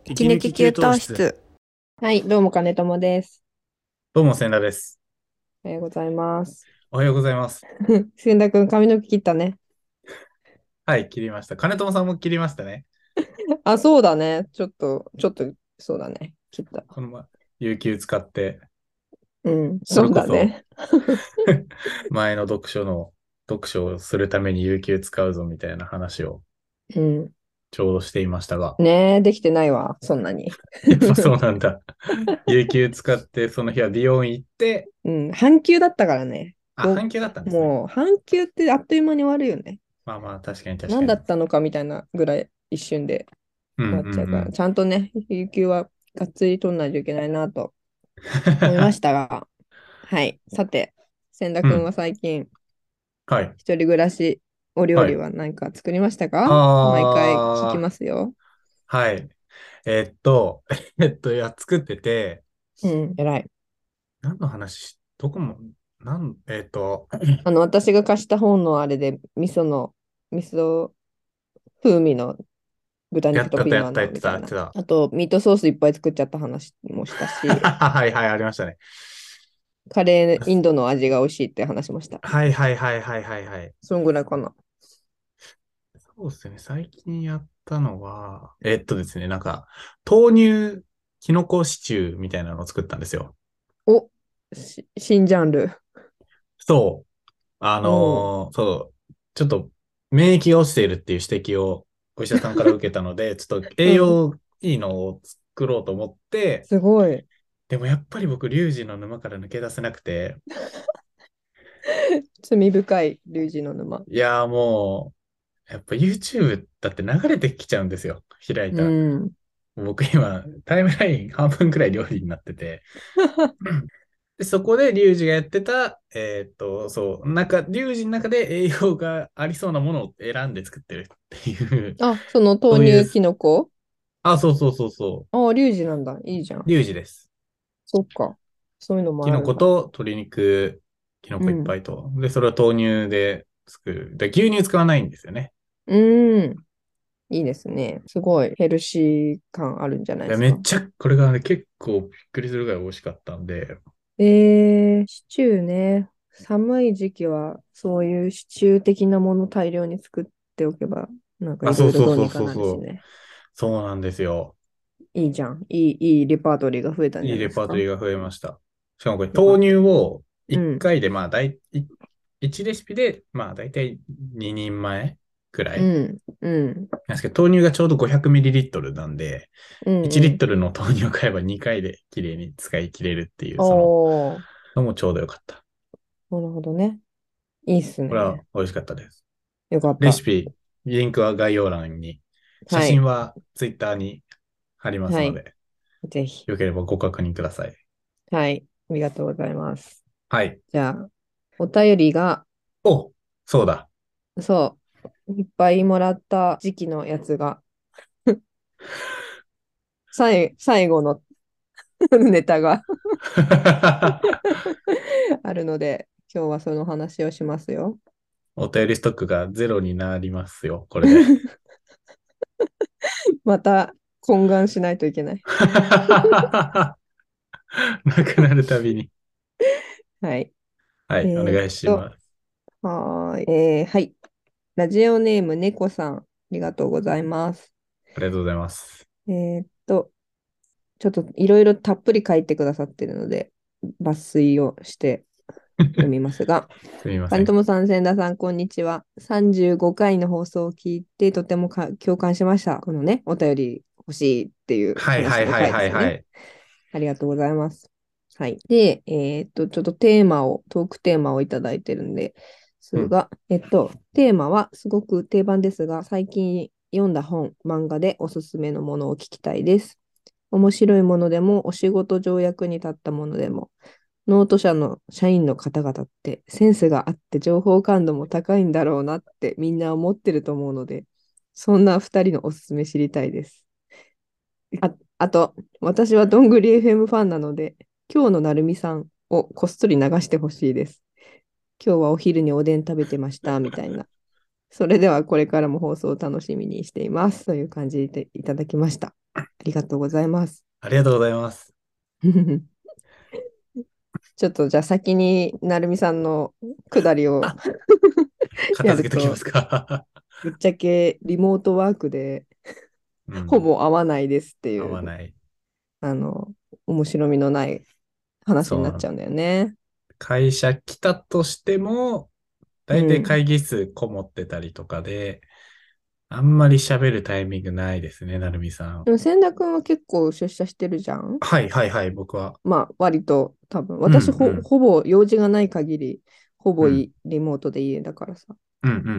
息抜き給湯室。はい、どうも金友です。 どうも、千田です。 おはようございます。 おはようございます。 千田くん、髪の毛切ったね。 はい、切りました。金友さんも切りましたね。 あ、そうだね。ちょっと、そうだね。切った。 この前、有給使って、 うん、 そそうれこそだね。 前の読書をするために有給使うぞみたいな話をうん。 ちょうどしていましたが、 ねえ、できてないわ、そんなに。 やっぱそうなんだ。有給使って、その日は美容院行って、 うん、半休だったからね。 あ、半休だったんですね。 もう、半休ってあっという間に終わるよね。 まあまあ、確かに確かに。 何だったのかみたいなぐらい一瞬でうんうん終わっちゃうから、 うん。 ちゃんとね、有給はがっつり取んないといけないなと思いましたが、はい。さて、千田うん。 君は最近、 はい。 一人暮らし、お料はい。 理は何か作りましたか？毎回聞きあますよ。 はい。えっと、いや、作ってて、 うん、偉い。 何の話どこも、 私が貸した本のあれで、味噌風味の豚肉とピーマンやってた、 のみたいな。 やってた。 あと、ミートソースいっぱい作っちゃった話もしたし、 はいはい、ありましたね。 カレー、インドの味が美味しいって話もした。 はいはいはいはいはいはい。 そんぐらいかな。 そうですね。最近やったのは、ですね、なんか、豆乳キノコシチューみたいなのを作ったんですよ。 お、新ジャンル。 そう。 おう。 そう。ちょっと免疫が落ちているっていう指摘をお医者さんから受けたので、ちょっと栄うん、 養いいのを作ろうと思って、 すごい。 でもやっぱり僕、リュウジの沼から抜け出せなくて、 罪深い、類似の沼。 いやーもう、やっぱ YouTube だって流れてきちゃうんですよ。開いうたら。 ん。 僕今、タイムライン半分くらい料理になってて。で、そこでリュウジがやってた、リュウジの中で栄養がありそうなものを選んで作ってるっていう、 あ、そのそういう、 豆乳キノコ。 あ、そうそうそうそあ、リュウジなんだ。いいじゃう、 ん。 リュウジです。 そっか。そういうのもキノあるんだ。 コと鶏肉、キノコいっうん。 ぱいと。で、それを豆乳で作る。で、牛乳使わないんですよね。 うーん。いいですね。すごいヘルシー感あるんじゃないいや、 ですか。 めっちゃ、これがね、結構びっくりするぐらい美味しかったんで、 シチューね。寒い時期はそういうシチュー的なもの大量に作っておけば、なんかあ、 いろいろそうそうそうどうにかなるそうそう。 しね。 そうなんですよ。 いいじゃん。いいレパートリーが増えたんじいいレゃないですか。 パートリーが増えました。しかもこれ豆乳よかった。 を1 うん。 回でまあ1レシピでまあ大体2人前くらいうん。うん。 なんですけど、豆乳がちょうど 500ml なんで、 うん 1リうん。 ットルの豆乳を買えば2回で綺麗に使い切れるっていう、そのおー。 のもちょうどよかった。 なるほどね。いいっすこれはね。 美味しかったです。 よかった。 レシピ、リンクは概要欄に、写はい。 真は Twitter に貼りますはい。 ので、 ぜひ。 よければご確認ください。 はい。ありがとうございます。 はい。 じゃあ、お便りが、 お、そうだ。 そう、いっぱいもらった時期のやつが、最後のネタがあるので、今日はその話をしますよ。 お便りストックがゼロになりますよ、これで。 また懇願しないといけない。 なくなるたびに。 はい。 はい、おえーっ願いしと、 ます。 はい。ラジオネーム猫さん、ありがとうございます。 ありがとうございます。 えーっと、ちょっといろいろたっぷり書いてくださってるので、抜粋をして読みますが、 すみません。 金友さん、千田さん、こんにちは。35回の放送を聞いて、とても共感しました。このね、お便り欲しいっていうはいは話のいはい回ですよね。 はいはい。 ありがとうございます。はい。で、ちょっとトークテーマをいただいてるんで、 うん。 すが、テーマはすごく定番ですが、最近読んだ本、漫画でおすすめのものを聞きたいです。面白いものでも、お仕事上役に立ったものでも、ノート社の社員の方々ってセンスがあって情報感度も高いんだろうなってみんな思ってると思うので、そんな二人のおすすめ知りたいです。あと、私はどんぐり FM ファンなので、今日のなるみさんをこっそり流してほしいです。今日はお昼におでん食べてましたみたいな。それではこれからも放送を楽しみにしています。という感じでいただきました。 りがとうございます。 ありがとうございます。 ちょっとじゃあ先になるみさんのくだりをや片付けときますると、 か？ ぶっちゃけリモートワークでうん。 ほぼ会わないですっていう、 合わない。 あの、面白みのない話にそう。 なっちゃうんだよね。 会社来たとしても、 う大体ん。 会議室こもってたりとかで、あんまり喋るタイミングないですね、なるみさん。 でも千田君は結構出社してるじゃん。 はいはいはい、僕は。 まあ割と多分、 うんう私ん。 ほぼ用事がない限り、ほぼうん。 リモートで家だからさ。 うんうんうんうん。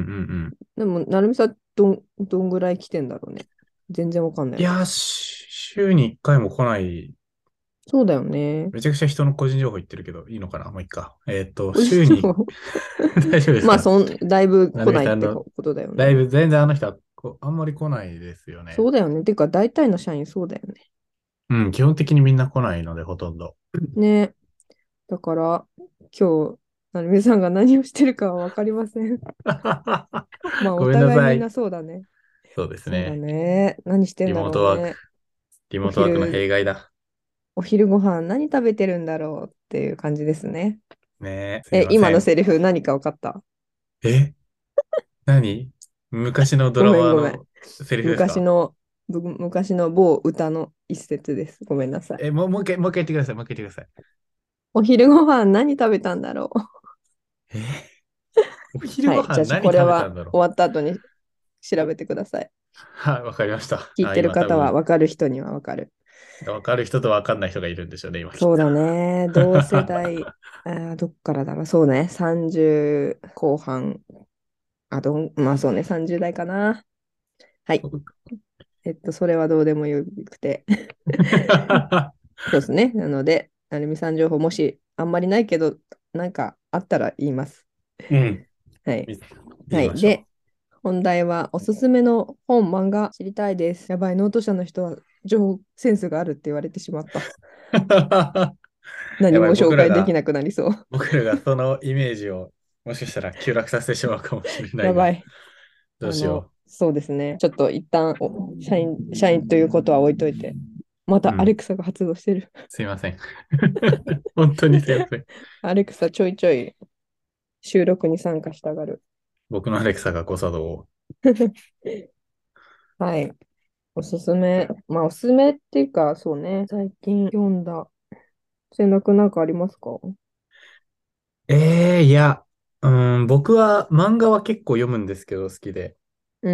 でも、なるみさんどんぐらい来てんだろうね。全然わかんないわ。 いやー、週に1回も来ない。 そうだよね。 めちゃくちゃ人の個人情報言ってるけど、いいのかなもういいか。 個人週に情報大丈夫ですまあ、 か？ だいぶなる来ないみさんの、 ってことだよね。 だいぶ全然あの人はあんまり来ないですよね。 そうだよね。てか、大体の社員そうだよね。 うん、基本的にみんな来ないので、ほとんど。 ね。だから、今日、なるみさんが何をしてるかはわかりません。まあ、おごめんなさい。 互いみんなそうだね。 そうですそうだね。 ね。何してんリだモートワーク。 ろうね。 リモおートワークの弊昼、 害だ。 お昼ご飯何食べてるんだろうっていう感じですね。 ねえ、すいま今せん。 のセリフ何か分かった？ え何？昔のドごラめんごめん。 マのセリフですか？ 昔の、昔の某歌の一節です。ごめんなさい。 もう一回言ってください。もう一回言ってください。 お昼ご飯何食べたんだろう。 えお昼はい。じゃご飯あ、 何食べたこれはんだろう？ 終わった後に調べてください。 はい、わかりました。 聞いあ、 てる方は今多分、 分かる人には分かる。 わかる人とわかんない人がいるんでしょうね、今きっそうだと。 ね。同世代、どっからだろう。そうね。30後半。まあそうね。30代かな。はい。それはどうでもよくて。そうですね。なので、なるみさん情報、もしあんまりないけど、なんかあったら言います。 うん。 はい。はい。 言いましょで、本題はおすすめの本、漫画知りたいです。やばい、ノート社の人は情報センスがあるって言われてしまった。 う。やばい、 何も紹介できなくなりそう。 僕らがそのイメージをもしかしたら急落させてしまうかもしれないが、 やばい。 どうしよそうですね。ちょっと一旦社員ということは置いといて。まう。うん。 たアレクサが発動してる。 すいません。本当にすいません。 アレクサちょいちょい収録に参加したがる。 僕のアレクサが誤作動を。 はい。おすすめ。まあ、おすすめっていうか、そうね。最近読んだ。選択なんかありますか？ いや、僕は漫画は結構読むんですけど好きで。 うん。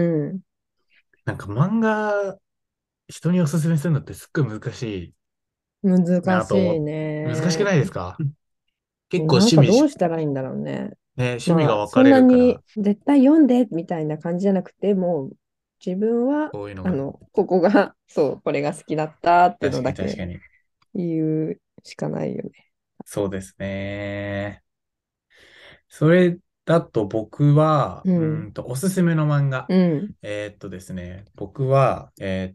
なんか漫画、人におすすめするのってすっごい難しい難しいなと思難しくね。 ないですか？結構なんかどうしたらいいんだろうね。 趣味まあ、 が分かそんなれるから、 に絶対読んでみたいな感じじゃなくて、もう自分は、 こういうのが、 ここが、そう、これが好きだったっていう確かにのだけ確かに。 言うしかないよね。 そうですね。それだと僕は、 うん。 おすすめの漫画。 うん。 ですね、僕は、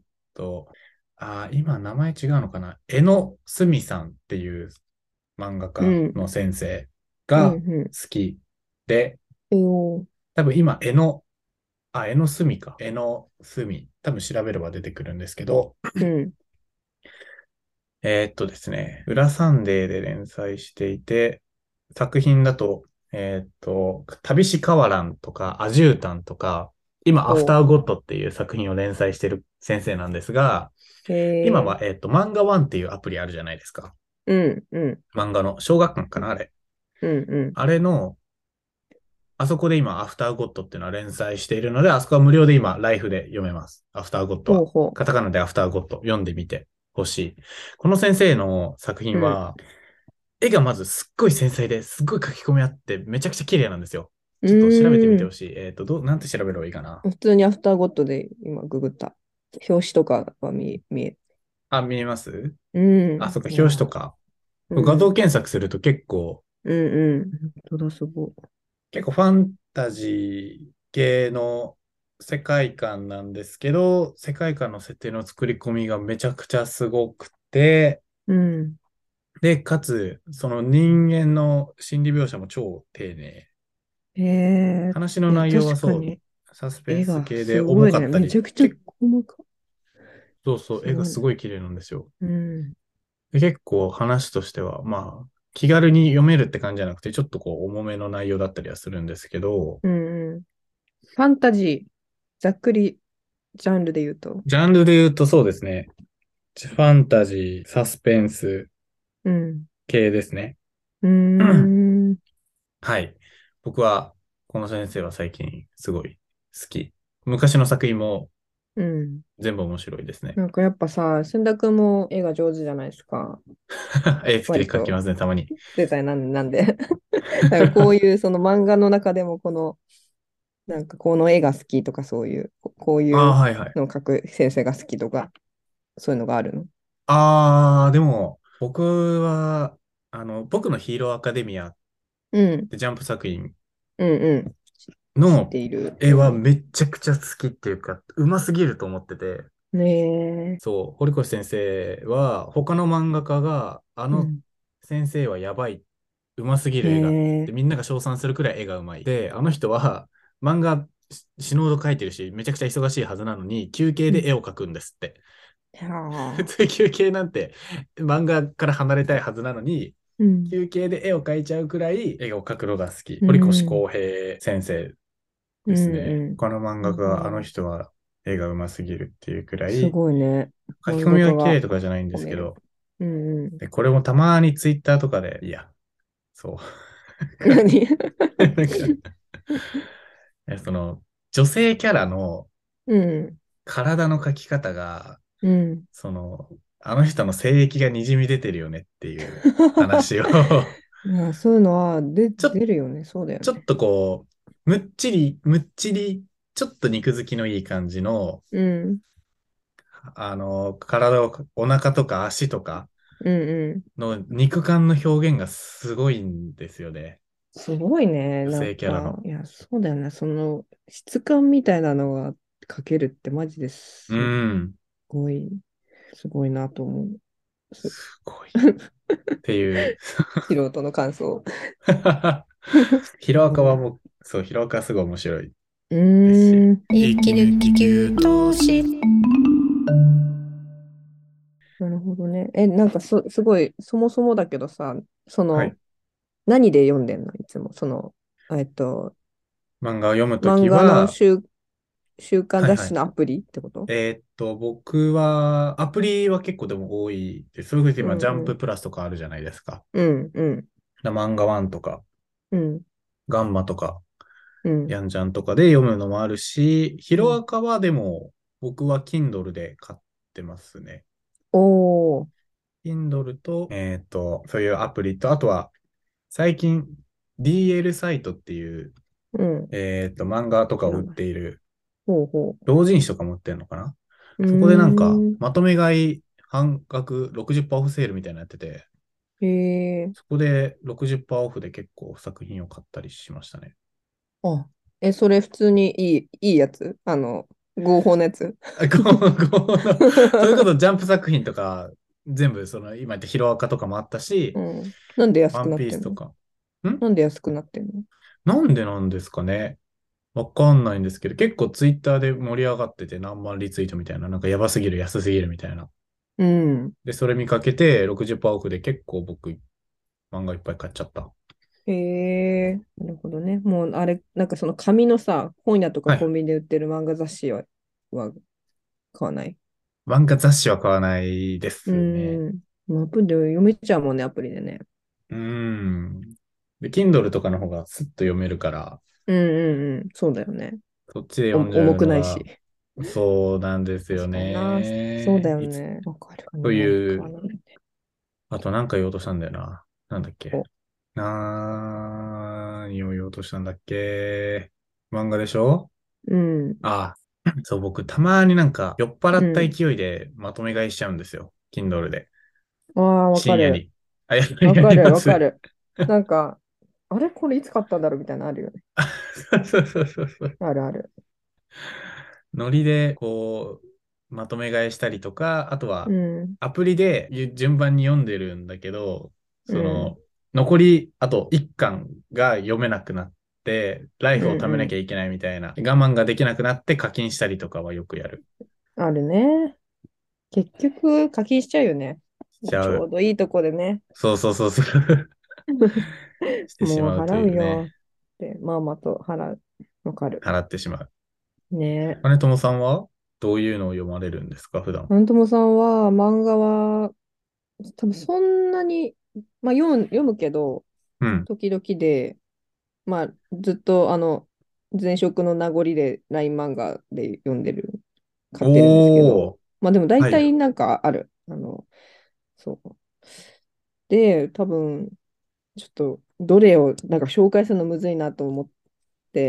今名前違うのかな、江野すみさんっていう漫画うん。 家の先生うん。 がうん。 好きで、 おー。 多分今、江野すみか。江野すみ。多分調べれば出てくるんですけど、 うん。 ですね、裏サンデーで連載していて、作品だと、旅師河原とか、アジュータンとか、今、アフおターゴッドっていう作品を連載している先生なんですが、 ー。 今は、 へー。 漫画ワンっていうアプリあるじゃないですか。 うん。うん。 漫画の、小学館かな、あれ。 うん。うん。 あれの、あそこで今、アフターゴッドっていうのは連載しているので、あそこは無料で今、ライフで読めます。アフターゴッドは。 ほうほカタカナでアフターゴッド読んでみてほしい。この先生の作う。うん。 品は、絵がまずすっごい繊細ですっごい書き込みあってめちゃくちゃ綺麗なんですよ。 うちょっと調べてみーん。 てほしい。なんて調べればいいかな。 普通にアフターゴットで今ググった。表紙とかは見え。 あ、見えます？ うあ、そっか、 ん。いやー、 表紙とか。 う画像ん。 検索するとうんうん。本当だ、すごい。 結構ファンタジー系の世界観なんですけど、世界観の設定の作り込みがめちゃくちゃすごくて、 うん。 で、かつ、その人間の心理描写も超丁寧。話のいや、 内容はそう、 確かにサスペン絵がス系ですごいね。 重かったり、 めちゃくちゃ細かい。 そうそう、絵がすごいね。 すごい綺麗なんですよ。 うん。 で結構話としては、まあ、気軽に読めるって感じじゃなくて、ちょっとこう、重めの内容だったりはするんですけど、 うんうん。ファンタジー、ざっくりジャンルで言うと。 ジャンルで言うとそうですね、ファンタジー、サスペンスうん。 系ですね。 うーん。 はい。僕は、この先生は最近すごい好き。昔の作品もうん。 全部面白いですね。 なんかやっぱさ、千田君も絵が上手じゃないですか。 絵好きで割と。 描きますね、たまに。 デザインなんで。なんかこういうその漫画の中でもこの、なんかこの絵が好きとかそういう、こうああ、 いうはいはい。 のを描く先生が好きとか、そういうのがあるの？ ああ、でも、僕は、僕のヒーローアカデミアっうん。 てジャンプ作品うんうん。知っのている。 絵はうん。 めちゃくちゃ好きっていうか、うますぎると思ってて、 ねえ。 そう、堀越先生は、他の漫画家が、あのうん。 先生はやばい、うますぎへる絵がってえ。 みんなが称賛するくらい絵がうまい。で、あの人は漫画死ぬほど描いてるし、めちゃくちゃ忙しいはずなのに、休憩うん。 で絵を描くんですって。普はあ。 通休憩なんて漫画から離れたいはずなのに、 うん。 休憩で絵を描いちゃうくらい絵を描くのが好き。 う堀越ん。 康平先生うですね。 んうん。 他の漫画家、あのうん。 人は絵がうますぎるっていうくらすい、 ごいね。 書き漫込みが綺麗画家がとかじゃないんで褒める。 すけど、 うんうん。 で、これもたまにツイッターとかで、いや、そう。 何？ なんか、その、女性キャラのうん。 体の描き方が、 うん。 その、あの人の性癖がにじみ出てるよねっていう話をまあ、そういうのはちょ、 出るよね。そうだよね。 ちょっとこう、むっちり、ちょっと肉付きのいい感じの、 うん。 体を、お腹とか足とかうんうん。 の肉感の表現がすごいんですよね。 すごいね。 女なんか、 性キャラの。 いや、そうだよね。その質感みたいなのが描けるってマジでうすん。 ごい、すごいなと思う。 すごい。っていう。 素人の感想。 ヒロアなるほど。 カはもう、そう、ヒロアカはすごい面白いうですし。 ーん。息抜き給湯室。なるほどね。なんかすごい、そもそもだけどさ、その、 はい。 何で読んでんのいつも。その、 漫画を読むと漫画のきは、 週刊はいはい。 雑誌のアプリってこと？ 僕は、アプリは結構でも多いです。それこそ今、ジャンうんうん。 ププラスとかあるじゃないですか。 うんうん。 漫画ワンとか、 うん。 ガンマとか、 うん。 ヤンジャンとかで読むのもあるし、ヒうん。 ロアカはでも、僕は Kindle で買ってますね。 おー。 Kindle と、そういうアプリと、あとは、最近、DL サイトっていう、 うん。 漫画とかを売っ知らない。 ている、 ほうほ同人誌とか持ってるのかな。 う。うそこでなんか、 ーん。 まとめ買い半額60%オフセールみたいなのやってて、 へえ。 そこで60%オフで結構作品を買ったりしましたね。 あ、それ普通にいいやつ合法のやつ？ それこそジャンプ作品とか、全部その今言ったヒロアカとかもあったし、 うん。なんで安くワンなってんの？ ピースとか。 なんで安くなってんの？ なんでなんですかね。わかんないんですけど、結構ツイッターで盛り上がってて何万リツイートみたいな、なんかやばすぎる、安すぎるみたいな。 うん。 で、それ見かけて60%オフで結構僕漫画いっぱい買っちゃった。 へえ。なるほどね。もうあれ、なんかその紙のさ、本屋とかはい。 コンビニで売ってる漫画雑誌は買わない？ 漫画雑誌は買わないでうすね。 ん。もうアプリで読めちゃうもんね、アプリでね。 うーん。で、Kindle とかの方がスッと読めるから、 うんうんうん。そうだよね。 そっちで読んじゃ重うのが、 くないし。 そうなんですよ確かにな。そうだね。 よね。わかる。 ともういう、 買わないね。 あとなんか言おうとしたんだよな。なんだっけ。 お、 何を言おうとしたんだっけ。漫画でしょ。 うん。 ああ、そう、僕たまになんか酔っ払ったうん。 勢いでまとめ買いしちゃうんですよ。Kindle で。 ああ、わかる。 深夜に。あ、やわかる、 ります。 わかる。なんか、あれこれいつ買ったんだろうみたいなのあるよね。 そうそうそうそう。 あるある。 ノリで、こう、まとめ買いしたりとか、あとは、 うん。 アプリで順番に読んでるんだけど、 うん。 残り、あと1巻が読めなくなって、ライうんフを貯めなうん。 きゃいけないみたいな、我慢ができなくなって課金したりとかはよくやる。 あるね。 結局課金しちゃうよね。 しちゃう。 ちょうどいいとこでね。 そうそうそうそう。してしもうまうと払うよいうね。 って、まあまあと払う。わかる。 払ってしまう。 ね。 金友さんはどういうのを読まれるんですか、普段。 なんともさんは漫画は多分そんなに、まあ読むけど、 うん。 時々で、まあずっと前職の名残で LINE 漫画で読んでる、買ってるんですけど、 おー。 まあでも大はい。 体なんかある。そう。で、多分、ちょっとどれをなんか紹介するのむずいなと思って、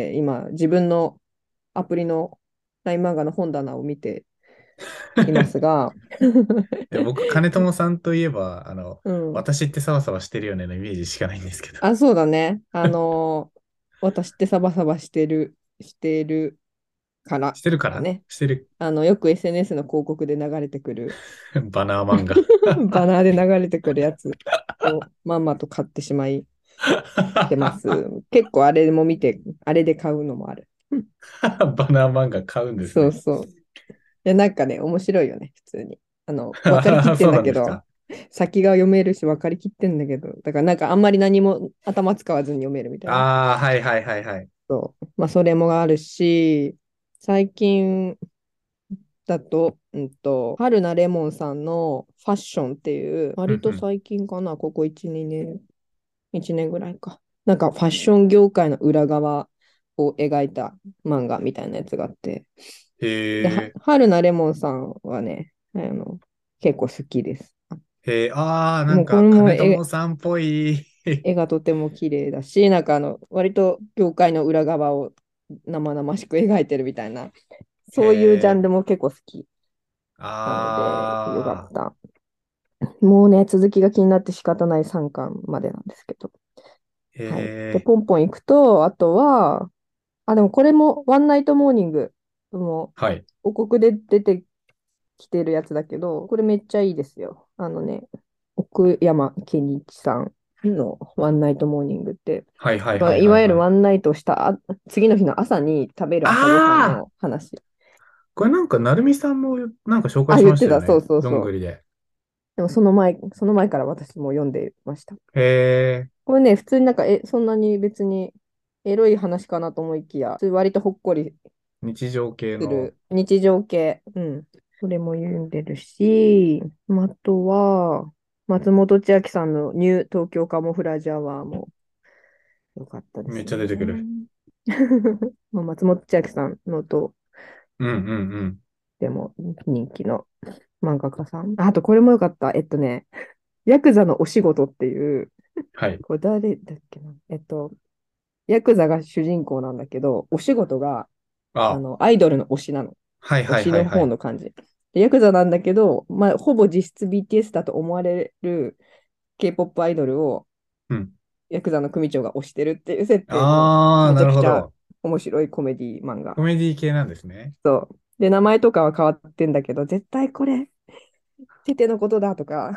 今自分のアプリの LINE 漫画の本棚を見ていますが、 僕、金友さんといえば、 うん。 私ってサバサバしてるよねのイメージしかないんですけど。 あ、そうだね。私ってサバサバしてるからしてるからだね。 してる。 よく SNS の広告で流れてくる、 バナー漫画。 バナーで流れてくるやつをまんまと買ってしまってます。結構あれも見て、あれで買うのもある。 バナー漫画買うんですね。 そうそう。なんかね、面白いよね、普通に。分かりきってんそうだけど、 なんですか。 先が読めるし分かりきってんだけど、だからなんかあんまり何も頭使わずに読めるみたいな。 ああ、はいはいはいはい。 そう。まあ、それもあるし、最近だと、春菜レモンさんのファッションっていう、割とうんうん。 最近かな、ここ1、2年、1年ぐらいか。なんかファッション業界の裏側を描いた漫画みたいなやつがあって、で、 へえ、 春菜レモンさんはね、結構好きです。 へえ、ああ、なんもうこか、 れも金友さんっぽい。 絵がとても綺麗だし、なんか割と業界の裏側を生々しく描いてるみたいな、 へそういうジャンえ、 ルも結構好きなので、よかっああ、 た。もうね、続きが気になって仕方ない3巻までなんですけど。 へはい。で、 え、 ポンポン行くと、あとは、あ、でもこれもワンナイトモーニングもはい。 広告で出てきてるやつだけど、これめっちゃいいですよ。奥山健一さんのワンナイトモーニングって、 はいはいまあ、 はいいわゆるはいはい。 ワンナイトした次の日の朝に食べる朝ごはんああ、 の話。 これなんか、なるみさんもなんか紹介あ、 し言ってた。そうましたよね。 そうそう。 どんぐりで。 でもその前から私も読んでました。 へえ、 これね、普通になんか、そんなに別にエロい話かなと思いきや、普通割とほっこり日常系の。 する日常系。うん。それも読んでるし、あとは、松本千秋さんのニュー東京カモフラージュアワーも良かったでめっすね。 ちゃ出てくる。 まあ松本千秋さんのと、 うんうんうん。 でも人気の漫画家さん。あとこれも良かった。ヤクザのお仕事っていう、 はい。 これ誰だっけな。ヤクザが主人公なんだけど、お仕事が、 あ、 アイドルの推しなの。 はいはい推しのはいはい。 方の感じ。でヤクザなんだけど、まあ、ほぼ実質 BTS だと思われる K-POP アイドルをうん。 ヤクザの組長が推してるっていう設定のああ、 めちなゃくちゃるほど。 面白いコメディ漫画。 コメディ系なんですね。 そう。で、名前とかは変わってんだけど、絶対これ、テテのことだとか、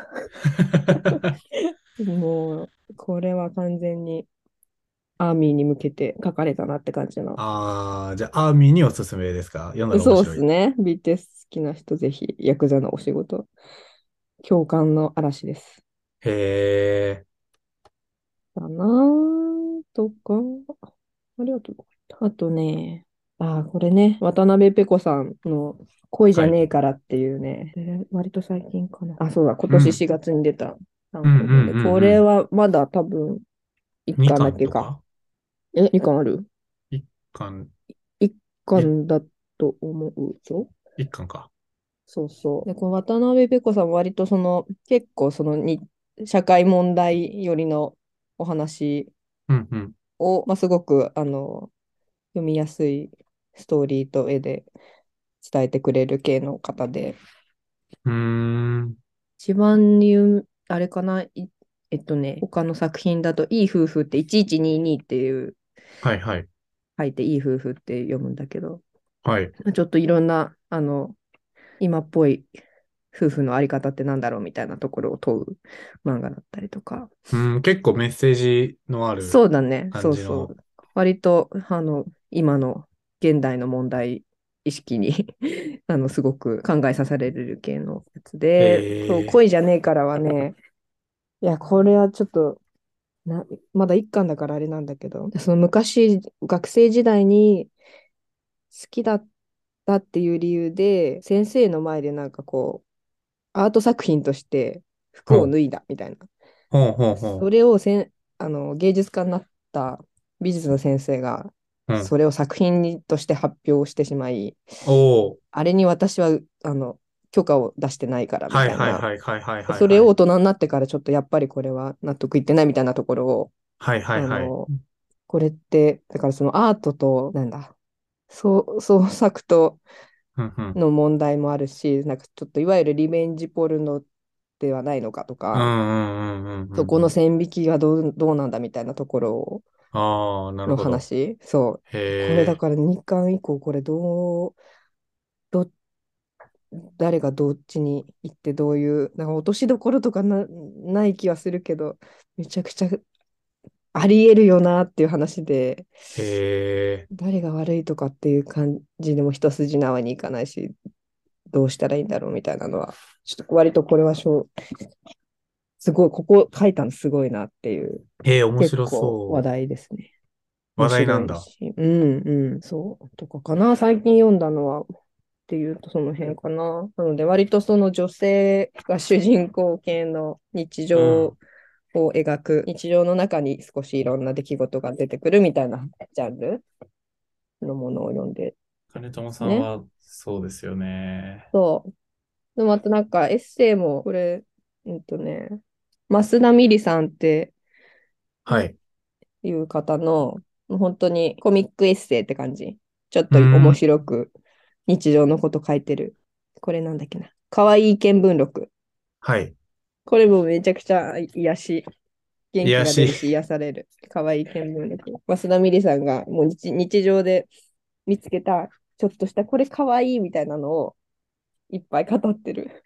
もう、これは完全にアーミーに向けて書かれたなって感じの。 ああ、じゃあ、アーミーにおすすめですか？読んだら面そうっ白い。 すね。BTS 好きな人、ぜひ、ヤクザのお仕事、共感の嵐です。 へえ。 だなぁとか、ありがとう。あとね、これね、渡辺ペコさんの恋じゃはい。 ねえからっていうね、割と最近かな。あ、そうだ、今年うん。 4月に出たうんうん単行本で、こうんうん。 れはまだ多分1 2 巻だけか。 巻とか？ 2巻ある？ 1 巻、 1 い、 巻だと思うぞ。 一巻か。 そうそう。で、この渡辺ペコさんは割と結構社会問題寄りのお話うんうん。 を、まあ、すごく、読みやすいストーリーと絵で伝えてくれる系の方で、 うーん。 一番あれかな、他の作品だと、いい夫婦って1122っていうはいはい。 書いて、いい夫婦って読むんだけど、 はい。 ちょっといろんな、今っぽい夫婦のあり方ってなんだろうみたいなところを問う漫画だったりとか。 うん、結構メッセージのあるそうだね、そうそう。 感じの。 割と、今の現代の問題意識にすごく考えさせられる系のやつで、そう、 え恋じゃねえからはね、いや、これはちょっと、まだ一巻だからあれなんだけど、その昔、学生時代に好きだったっていう理由で、先生の前でなんかこう、アート作品としてほう、 服を脱いだみたいな。 ほうほうほそれを芸術家になった美術の先生が、 う。うん。 それを作品にとして発表してしまい、 おー。 あれに私は許可を出してないからみはいたいな。 はいはいはいはいはいそれはい。 を大人になってからちょっとやっぱりこれは納得いってないみたいなところを、 はいはいはい。 あの、これって、だからそのアートと、なんだ、創作とうんうん。 の問題もあるし、なんかちょっといわゆるリベンジポルノではないのかとうんか、 うんうんうんそこのうんうん。 線引きがどうなんだみたいなところああ、なるのほど。 話。そう。これだへから2巻以降、これど、誰がどっちに行ってどういう、なんか落としどころとかない気はするけど、めちゃくちゃありえるよなっていう話で、 え、へえ。 誰が悪いとかっていう感じでも一筋縄にいかないし、どうしたらいいんだろうみたいなのは、ちょっと割とこれはすごい、ここ書いたのすごいなっていう、 へえ、面結白構話そ題ですね。 う。話面題なんだ。 白いし。うんうん、そう。とかかな。最近読んだのは、っていうとその辺かな。なので、割とその女性が主人公系の日常うん。 を描く、日常の中に少しいろんな出来事が出てくるみたいなジャンルのものを読んで金友すね。 さんはそうですよね。 そう。でもあとなんかエッセイも、これ、増田美里さんってはい。 いう方の、もう本当にコミックエッセイって感じ。ちょっと面うん。 白く日常のこと書いてる。これなんだっけな。かわいい見聞録。 はい。 これもめちゃくちゃ元気癒し。 が出るし癒される。かわいい見聞録。増田美里さんがもう日常で見つけた、ちょっとしたこれかわいいみたいなのをいっぱい語ってる。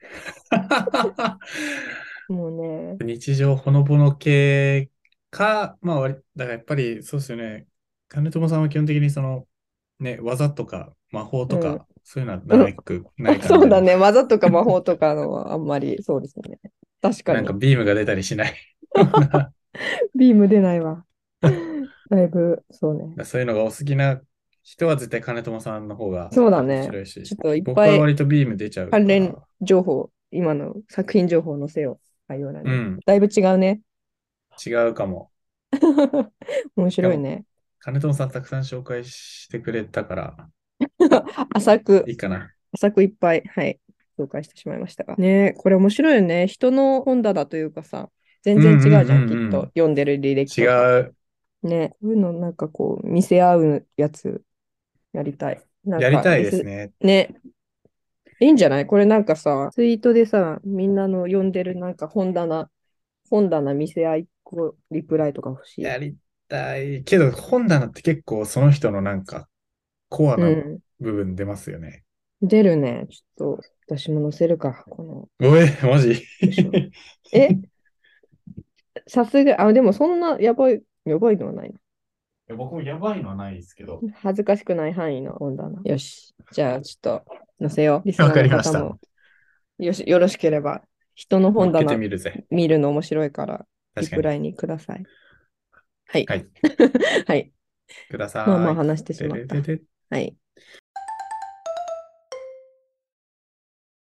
もうね、 日常ほのぼの系か、まあだからやっぱりそうですよね。金友さんは基本的にその、ね、技とか魔法うん。 とか、そういうのはない感じの、 そうだね。技とか魔法とかのはあんまりそうですね。確かなんかに。 ビームが出たりしないような。 ビーム出ないわ。だいぶ、そうね。 そういうのがお好きな人は絶対金友さんの方が面そうだね。 白いし、 ちょっといっ僕はぱい割とビーム出ちゃう関連から、 情報、今の作品情報載せよう。概要欄に。 うん、 だいぶ違うね。 違うかも。 面しかも、 白いね。 金友さんたくさん紹介してくれたから、 浅く、 いいかな。 浅くいっぱい、はい、紹介してしまいましたが。ね、これ面白いよね。人の本棚というかさ、全うん然違ううんうじゃん、きっと。 んうん。 読んでる履歴違とか。 う。 ね、こういうのなんかこう、見せ合うやつやりたい。なんか、 やりたいですね。 ね、いいんじゃないこれなんかさ、ツイートでさ、みんなの読んでるなんか本棚見せ合いこうリプライとか欲しい。 やりたい。けど、本棚って結構その人のなんか、コアなうん。 部分出ますよね。 出るね。ちょっと、私も載せるか。この、 おえ、マジ。 よいしょ。え、さすが、あ、でもそんなやばいのはないな。 僕もやばいのはないですけど。 恥ずかしくない範囲の本棚。よし。じゃあ、ちょっと載せよう。リスわかナーのりました。 方も、よろしければ、人の乗っけて本棚みるぜ。 見るの面白いから、リ確かに。 プライにください。はい。 はい。 はい。 くだまあまあさい。 話してしてまった。 れてて。 はい。